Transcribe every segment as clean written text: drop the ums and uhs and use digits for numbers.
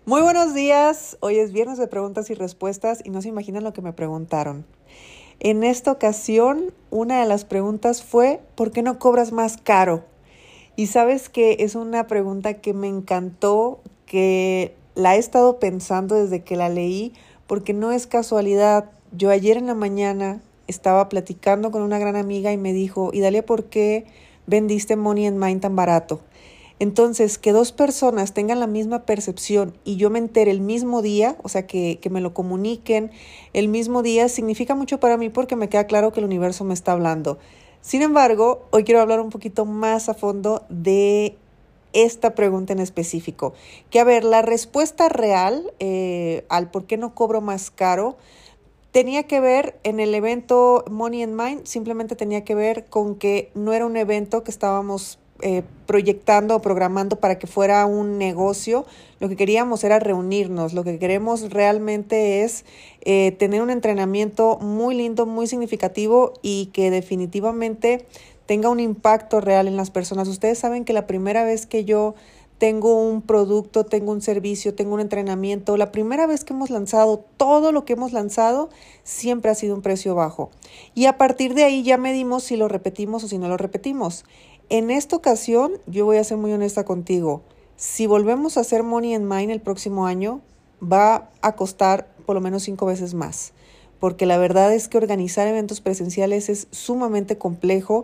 Muy buenos días. Hoy es viernes de preguntas y respuestas y no se imaginan lo que me preguntaron. En esta ocasión, una de las preguntas fue, ¿por qué no cobras más caro? Y sabes que es una pregunta que me encantó, que la he estado pensando desde que la leí, porque no es casualidad. Yo ayer en la mañana estaba platicando con una gran amiga y me dijo, Idalia, ¿por qué vendiste Money and Mind tan barato? Entonces, que dos personas tengan la misma percepción y yo me entere el mismo día, o sea, que me lo comuniquen el mismo día, significa mucho para mí porque me queda claro que el universo me está hablando. Sin embargo, hoy quiero hablar un poquito más a fondo de esta pregunta en específico. Que a ver, la respuesta real al por qué no cobro más caro tenía que ver en el evento Money and Mind, simplemente tenía que ver con que no era un evento que estábamos proyectando o programando para que fuera un negocio. Lo que queríamos era reunirnos, lo que queremos realmente es tener un entrenamiento muy lindo, muy significativo y que definitivamente tenga un impacto real en las personas. Ustedes saben que la primera vez que yo tengo un producto, tengo un servicio, tengo un entrenamiento, la primera vez que hemos lanzado, todo lo que hemos lanzado siempre ha sido un precio bajo. Y a partir de ahí ya medimos si lo repetimos o si no lo repetimos. En esta ocasión, yo voy a ser muy honesta contigo. Si volvemos a hacer Money and Mind el próximo año, va a costar por lo menos 5 veces más. Porque la verdad es que organizar eventos presenciales es sumamente complejo.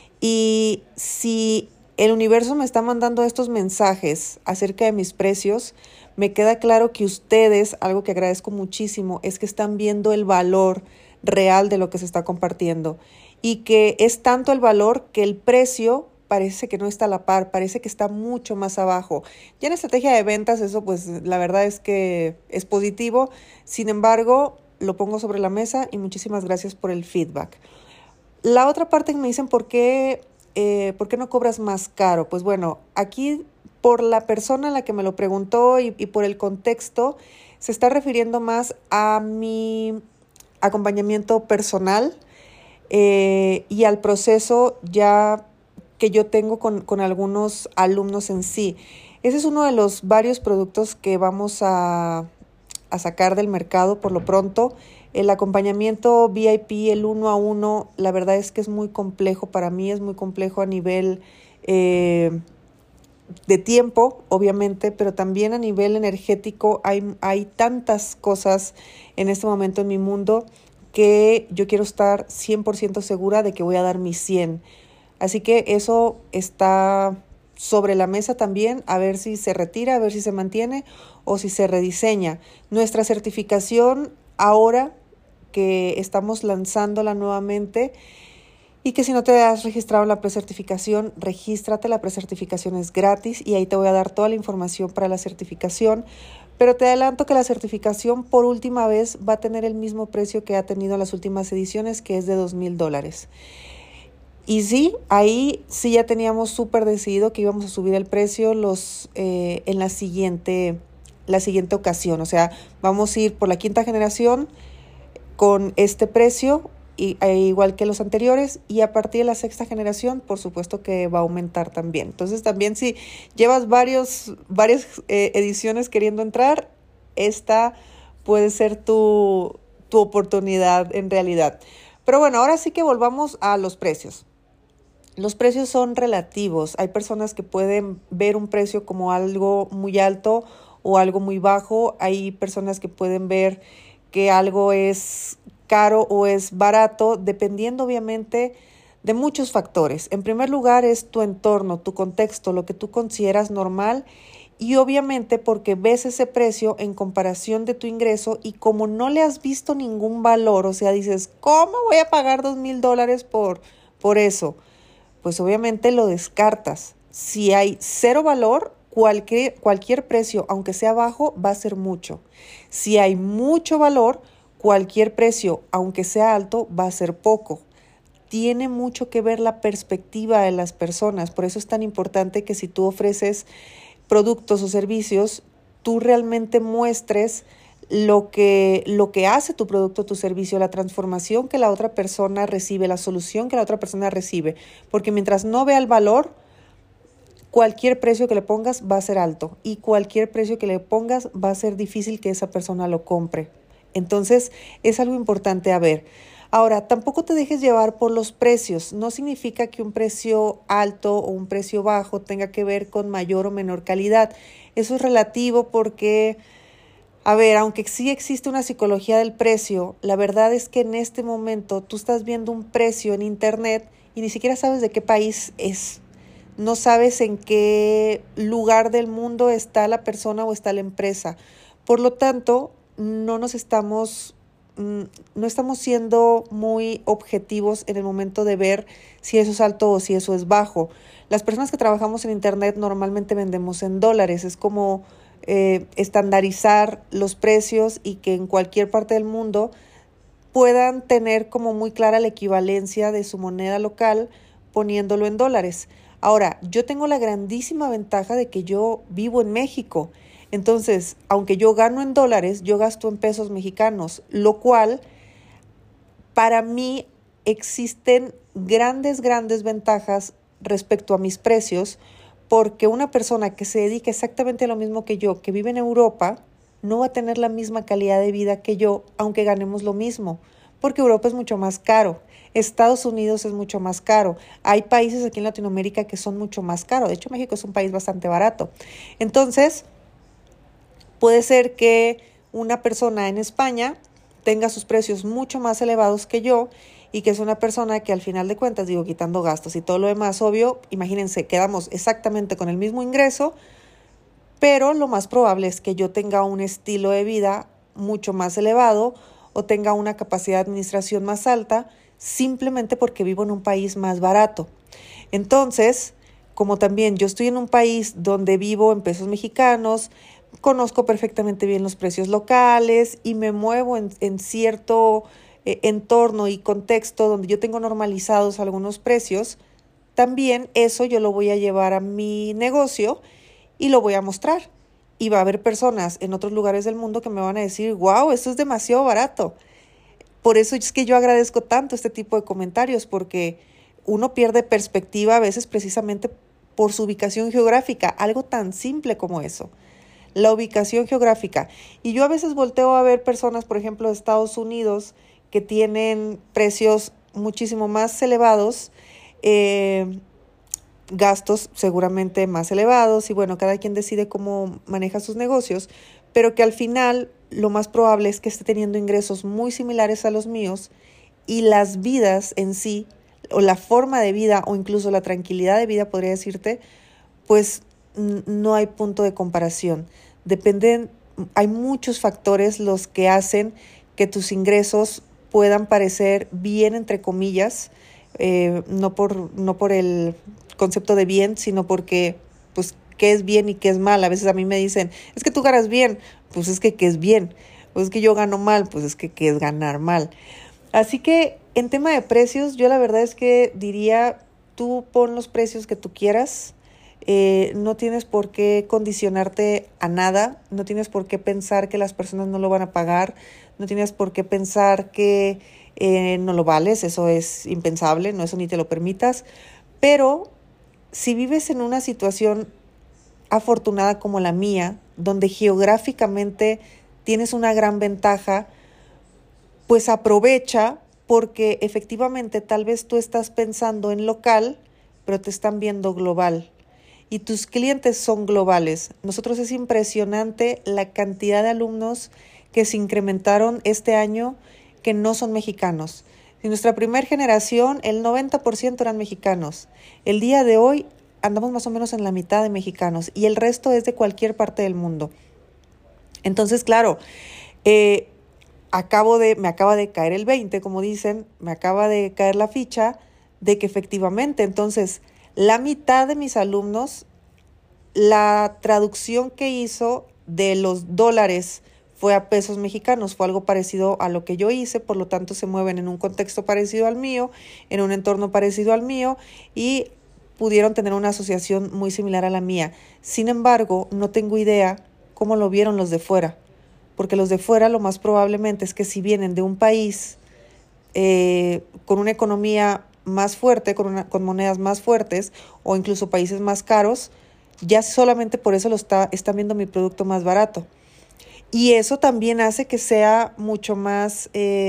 Y si el universo me está mandando estos mensajes acerca de mis precios, me queda claro que ustedes, algo que agradezco muchísimo, es que están viendo el valor real de lo que se está compartiendo. Y que es tanto el valor que el precio parece que no está a la par, parece que está mucho más abajo. Ya en estrategia de ventas eso pues la verdad es que es positivo, sin embargo lo pongo sobre la mesa y muchísimas gracias por el feedback. La otra parte que me dicen ¿por qué no cobras más caro? Pues bueno, aquí por la persona a la que me lo preguntó y por el contexto se está refiriendo más a mi acompañamiento personal y al proceso ya que yo tengo con algunos alumnos en sí. Ese es uno de los varios productos que vamos a sacar del mercado por lo pronto. El acompañamiento VIP, el 1-a-1, la verdad es que es muy complejo para mí, es muy complejo a nivel de tiempo, obviamente, pero también a nivel energético. Hay tantas cosas en este momento en mi mundo que yo quiero estar 100% segura de que voy a dar mi 100. Así que eso está sobre la mesa también, a ver si se retira, a ver si se mantiene o si se rediseña. Nuestra certificación ahora que estamos lanzándola nuevamente y que si no te has registrado en la precertificación, regístrate, la precertificación es gratis y ahí te voy a dar toda la información para la certificación. Pero te adelanto que la certificación por última vez va a tener el mismo precio que ha tenido en las últimas ediciones, que es de $2,000. Y sí, ahí sí ya teníamos súper decidido que íbamos a subir el precio en la siguiente ocasión. O sea, vamos a ir por la 5ª generación con este precio, igual que los anteriores, y a partir de la 6ª generación, por supuesto que va a aumentar también. Entonces, también si llevas varias ediciones queriendo entrar, esta puede ser tu oportunidad en realidad. Pero bueno, ahora sí que volvamos a los precios. Los precios son relativos. Hay personas que pueden ver un precio como algo muy alto o algo muy bajo. Hay personas que pueden ver que algo es caro o es barato, dependiendo obviamente de muchos factores. En primer lugar es tu entorno, tu contexto, lo que tú consideras normal y obviamente porque ves ese precio en comparación de tu ingreso y como no le has visto ningún valor, o sea, dices, ¿cómo voy a pagar $2,000 por eso? Pues obviamente lo descartas. Si hay cero valor, cualquier precio, aunque sea bajo, va a ser mucho. Si hay mucho valor, cualquier precio, aunque sea alto, va a ser poco. Tiene mucho que ver la perspectiva de las personas. Por eso es tan importante que si tú ofreces productos o servicios, tú realmente muestres lo que hace tu producto, tu servicio, la transformación que la otra persona recibe, la solución que la otra persona recibe. Porque mientras no vea el valor, cualquier precio que le pongas va a ser alto y cualquier precio que le pongas va a ser difícil que esa persona lo compre. Entonces, es algo importante a ver. Ahora, tampoco te dejes llevar por los precios. No significa que un precio alto o un precio bajo tenga que ver con mayor o menor calidad. Eso es relativo porque, a ver, aunque sí existe una psicología del precio, la verdad es que en este momento tú estás viendo un precio en internet y ni siquiera sabes de qué país es. No sabes en qué lugar del mundo está la persona o está la empresa. Por lo tanto, no estamos siendo muy objetivos en el momento de ver si eso es alto o si eso es bajo. Las personas que trabajamos en internet normalmente vendemos en dólares. Es como estandarizar los precios y que en cualquier parte del mundo puedan tener como muy clara la equivalencia de su moneda local poniéndolo en dólares. Ahora, yo tengo la grandísima ventaja de que yo vivo en México. Entonces, aunque yo gano en dólares, yo gasto en pesos mexicanos, lo cual para mí existen grandes ventajas respecto a mis precios, porque una persona que se dedica exactamente a lo mismo que yo, que vive en Europa, no va a tener la misma calidad de vida que yo, aunque ganemos lo mismo, porque Europa es mucho más caro. Estados Unidos es mucho más caro. Hay países aquí en Latinoamérica que son mucho más caros. De hecho, México es un país bastante barato. Entonces, puede ser que una persona en España tenga sus precios mucho más elevados que yo y que es una persona que al final de cuentas, digo, quitando gastos y todo lo demás, obvio, imagínense, quedamos exactamente con el mismo ingreso, pero lo más probable es que yo tenga un estilo de vida mucho más elevado o tenga una capacidad de administración más alta simplemente porque vivo en un país más barato. Entonces, como también yo estoy en un país donde vivo en pesos mexicanos, conozco perfectamente bien los precios locales y me muevo en cierto entorno y contexto donde yo tengo normalizados algunos precios, también eso yo lo voy a llevar a mi negocio y lo voy a mostrar. Y va a haber personas en otros lugares del mundo que me van a decir, wow, esto es demasiado barato. Por eso es que yo agradezco tanto este tipo de comentarios, porque uno pierde perspectiva a veces precisamente por su ubicación geográfica, algo tan simple como eso, la ubicación geográfica. Y yo a veces volteo a ver personas, por ejemplo, de Estados Unidos, que tienen precios muchísimo más elevados, gastos seguramente más elevados y bueno, cada quien decide cómo maneja sus negocios, pero que al final lo más probable es que esté teniendo ingresos muy similares a los míos y las vidas en sí, o la forma de vida o incluso la tranquilidad de vida, podría decirte, pues no hay punto de comparación. Hay muchos factores los que hacen que tus ingresos puedan parecer bien, entre comillas, no por el concepto de bien, sino porque, pues, qué es bien y qué es mal. A veces a mí me dicen, es que tú ganas bien, pues es que qué es bien, pues es que yo gano mal, pues es que qué es ganar mal. Así que en tema de precios, yo la verdad es que diría, tú pon los precios que tú quieras, no tienes por qué condicionarte a nada, no tienes por qué pensar que las personas no lo van a pagar, no tienes por qué pensar que no lo vales, eso es impensable, no, eso ni te lo permitas, pero si vives en una situación afortunada como la mía, donde geográficamente tienes una gran ventaja, pues aprovecha porque efectivamente tal vez tú estás pensando en local, pero te están viendo global y tus clientes son globales. Nosotros es impresionante la cantidad de alumnos que se incrementaron este año que no son mexicanos. En nuestra primera generación, el 90% eran mexicanos. El día de hoy andamos más o menos en la mitad de mexicanos y el resto es de cualquier parte del mundo. Entonces, claro, me acaba de caer el 20, como dicen, me acaba de caer la ficha de que efectivamente, entonces, la mitad de mis alumnos, la traducción que hizo de los dólares fue a pesos mexicanos, fue algo parecido a lo que yo hice, por lo tanto se mueven en un contexto parecido al mío, en un entorno parecido al mío y pudieron tener una asociación muy similar a la mía. Sin embargo, no tengo idea cómo lo vieron los de fuera, porque los de fuera lo más probablemente es que si vienen de un país con una economía más fuerte, con monedas más fuertes o incluso países más caros, ya solamente por eso están viendo mi producto más barato. Y eso también hace que sea mucho más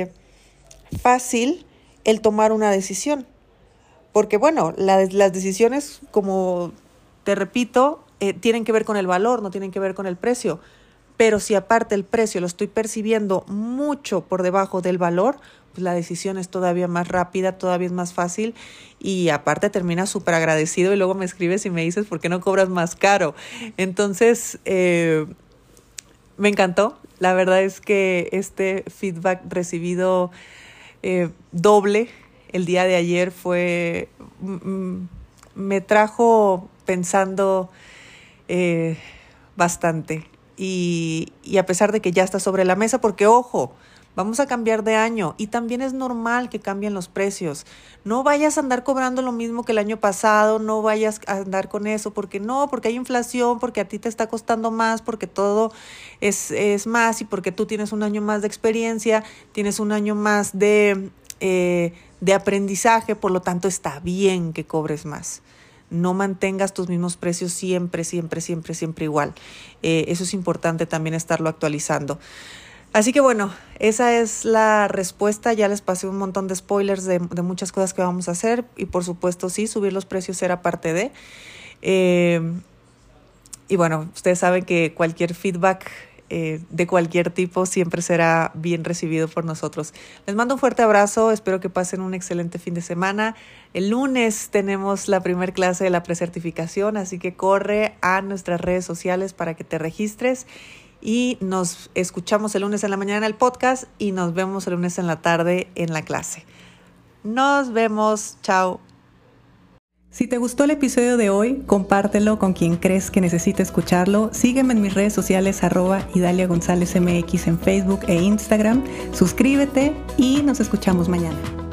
fácil el tomar una decisión. Porque bueno, las decisiones, como te repito, tienen que ver con el valor, no tienen que ver con el precio. Pero si aparte el precio lo estoy percibiendo mucho por debajo del valor, pues la decisión es todavía más rápida, todavía es más fácil y aparte terminas súper agradecido y luego me escribes y me dices ¿por qué no cobras más caro? Entonces, me encantó. La verdad es que este feedback recibido doble el día de ayer me trajo pensando bastante. Y a pesar de que ya está sobre la mesa, porque ojo, vamos a cambiar de año y también es normal que cambien los precios. No vayas a andar cobrando lo mismo que el año pasado, no vayas a andar con eso, porque hay inflación, porque a ti te está costando más, porque todo es más y porque tú tienes un año más de experiencia, tienes un año más de aprendizaje, por lo tanto está bien que cobres más. No mantengas tus mismos precios siempre igual. Eso es importante también estarlo actualizando. Así que bueno, esa es la respuesta. Ya les pasé un montón de spoilers de muchas cosas que vamos a hacer y por supuesto sí, subir los precios era parte de. Y bueno, ustedes saben que cualquier feedback de cualquier tipo siempre será bien recibido por nosotros. Les mando un fuerte abrazo, espero que pasen un excelente fin de semana. El lunes tenemos la primera clase de la precertificación, así que corre a nuestras redes sociales para que te registres y nos escuchamos el lunes en la mañana en el podcast y nos vemos el lunes en la tarde en la clase. Nos vemos, chao. Si te gustó el episodio de hoy, compártelo con quien crees que necesite escucharlo. Sígueme en mis redes sociales @Idalia González MX en Facebook e Instagram. Suscríbete y nos escuchamos mañana.